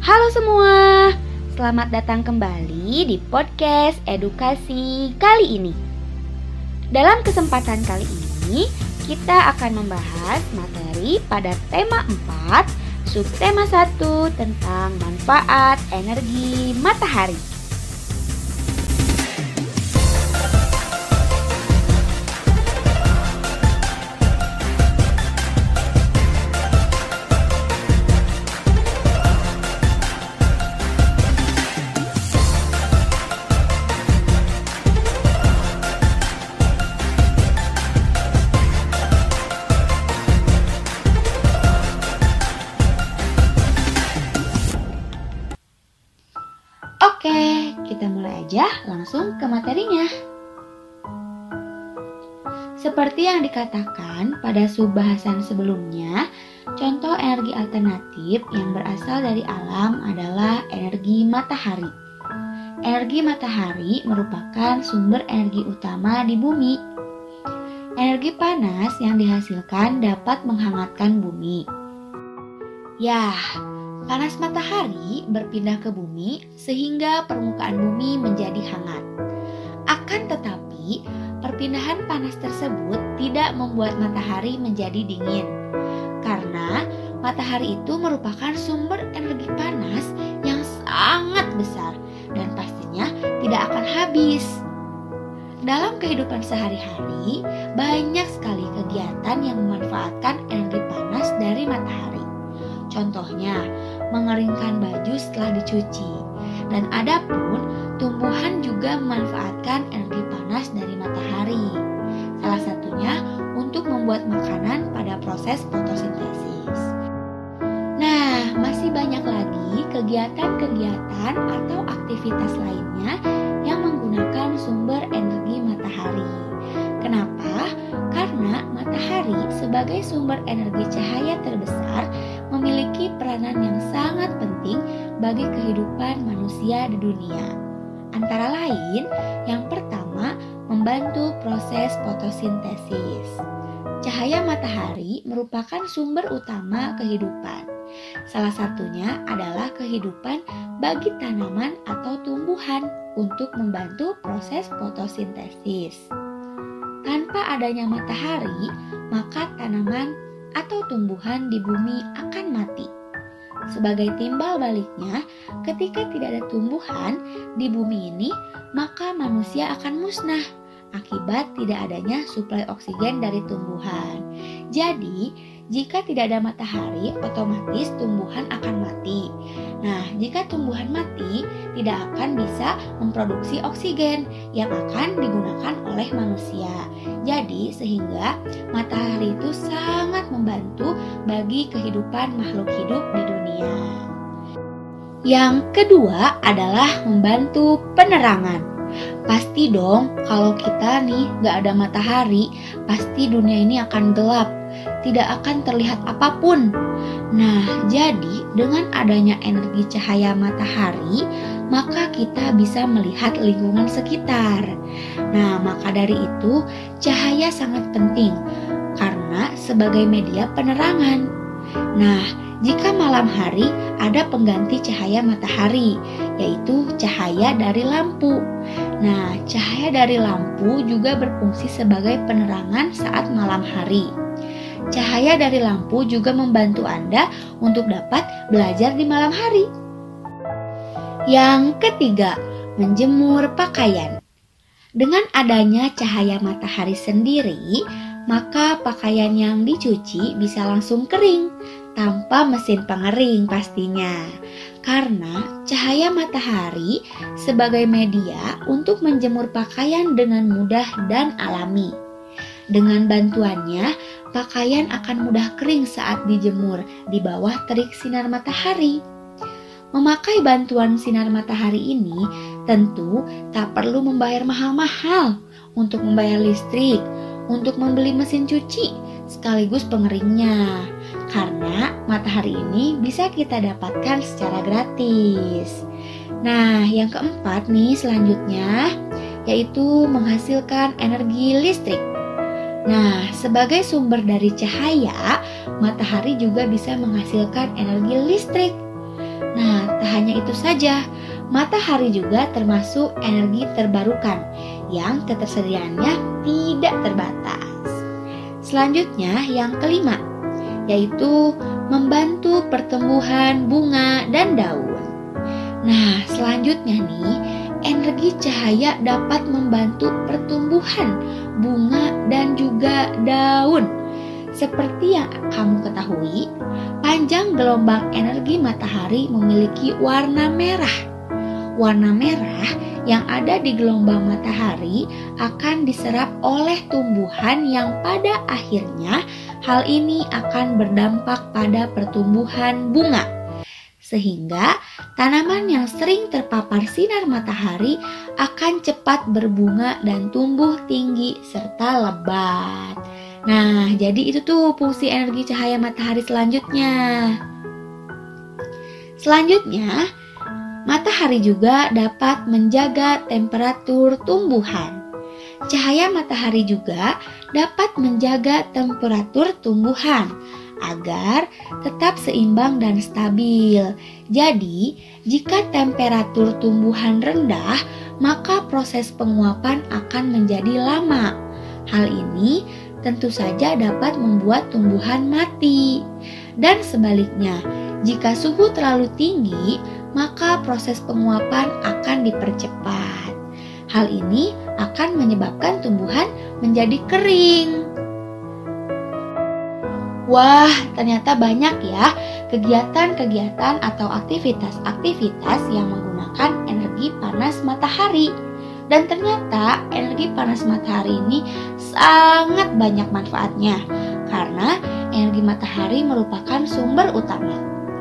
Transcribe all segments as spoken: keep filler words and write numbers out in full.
Halo semua, selamat datang kembali di podcast edukasi kali ini. Dalam kesempatan kali ini, kita akan membahas materi pada tema empat, subtema satu tentang manfaat energi matahari. Oke, kita mulai aja langsung ke materinya. Seperti yang dikatakan pada subbahasan sebelumnya, contoh energi alternatif yang berasal dari alam adalah energi matahari. Energi matahari merupakan sumber energi utama di bumi. Energi panas yang dihasilkan dapat menghangatkan bumi. Yah, panas matahari berpindah ke bumi sehingga permukaan bumi menjadi hangat. Akan tetapi, perpindahan panas tersebut tidak membuat matahari menjadi dingin. Karena matahari itu merupakan sumber energi panas yang sangat besar dan pastinya tidak akan habis. Dalam kehidupan sehari-hari, banyak sekali kegiatan yang memanfaatkan energi panas dari matahari. Contohnya, mengeringkan baju setelah dicuci. Dan adapun tumbuhan juga memanfaatkan energi panas dari matahari. Salah satunya untuk membuat makanan pada proses fotosintesis. Nah, masih banyak lagi kegiatan-kegiatan atau aktivitas lainnya yang menggunakan sumber energi matahari. Kenapa? Karena matahari sebagai sumber energi cahaya terbesar memiliki peranan yang sangat penting bagi kehidupan manusia di dunia. Antara lain, yang pertama, membantu proses fotosintesis. Cahaya matahari merupakan sumber utama kehidupan. Salah satunya adalah kehidupan bagi tanaman atau tumbuhan untuk membantu proses fotosintesis. Tanpa adanya matahari, maka tanaman atau tumbuhan di bumi akan mati. Sebagai timbal baliknya, ketika tidak ada tumbuhan di bumi ini, maka manusia akan musnah akibat tidak adanya suplai oksigen dari tumbuhan. Jadi, jika tidak ada matahari, otomatis tumbuhan akan mati. Nah, jika tumbuhan mati, tidak akan bisa memproduksi oksigen yang akan digunakan oleh manusia. Jadi, sehingga matahari itu sangat membantu bagi kehidupan makhluk hidup di dunia. Yang kedua adalah membantu penerangan. Pasti dong, kalau kita nih gak ada matahari, pasti dunia ini akan gelap, tidak akan terlihat apapun. Nah, jadi dengan adanya energi cahaya matahari, maka kita bisa melihat lingkungan sekitar. Nah, maka dari itu, cahaya sangat penting karena sebagai media penerangan. Nah, jika malam hari ada pengganti cahaya matahari, yaitu cahaya dari lampu. Nah, cahaya dari lampu juga berfungsi sebagai penerangan saat malam hari. Cahaya dari lampu juga membantu Anda untuk dapat belajar di malam hari. Yang ketiga, menjemur pakaian. Dengan adanya cahaya matahari sendiri, maka pakaian yang dicuci bisa langsung kering tanpa mesin pengering pastinya. Karena cahaya matahari sebagai media untuk menjemur pakaian dengan mudah dan alami. Dengan bantuannya, pakaian akan mudah kering saat dijemur di bawah terik sinar matahari. Memakai bantuan sinar matahari ini tentu tak perlu membayar mahal-mahal untuk membayar listrik, untuk membeli mesin cuci, sekaligus pengeringnya. Karena matahari ini bisa kita dapatkan secara gratis. Nah, yang keempat nih selanjutnya, yaitu menghasilkan energi listrik. Nah, sebagai sumber dari cahaya, matahari juga bisa menghasilkan energi listrik. Nah, tak hanya itu saja, matahari juga termasuk energi terbarukan yang ketersediaannya tidak terbatas. Selanjutnya yang kelima, yaitu membantu pertumbuhan bunga dan daun. Nah, selanjutnya nih, energi cahaya dapat membantu pertumbuhan bunga dan juga daun. Seperti yang kamu ketahui, panjang gelombang energi matahari memiliki warna merah. Warna merah yang ada di gelombang matahari akan diserap oleh tumbuhan yang pada akhirnya hal ini akan berdampak pada pertumbuhan bunga. Sehingga tanaman yang sering terpapar sinar matahari akan cepat berbunga dan tumbuh tinggi serta lebat. Nah, jadi itu tuh fungsi energi cahaya matahari selanjutnya. Selanjutnya, matahari juga dapat menjaga temperatur tumbuhan. Cahaya matahari juga dapat menjaga temperatur tumbuhan agar tetap seimbang dan stabil. Jadi, jika temperatur tumbuhan rendah, maka proses penguapan akan menjadi lama. Hal ini tentu saja dapat membuat tumbuhan mati. Dan sebaliknya, jika suhu terlalu tinggi, maka proses penguapan akan dipercepat. Hal ini akan menyebabkan tumbuhan menjadi kering. Wah, ternyata banyak ya kegiatan-kegiatan atau aktivitas-aktivitas yang menggunakan energi panas matahari. Dan ternyata energi panas matahari ini sangat banyak manfaatnya karena energi matahari merupakan sumber utama.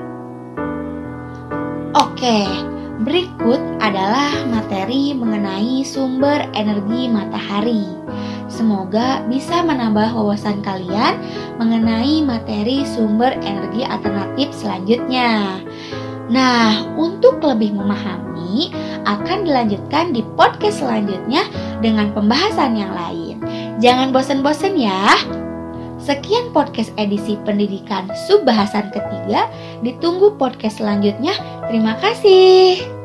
Oke, berikut adalah materi mengenai sumber energi matahari. Semoga bisa menambah wawasan kalian mengenai materi sumber energi alternatif selanjutnya. Nah, untuk lebih memahami, akan dilanjutkan di podcast selanjutnya dengan pembahasan yang lain. Jangan bosan-bosan ya. Sekian podcast edisi pendidikan subbahasan ketiga. Ditunggu podcast selanjutnya. Terima kasih.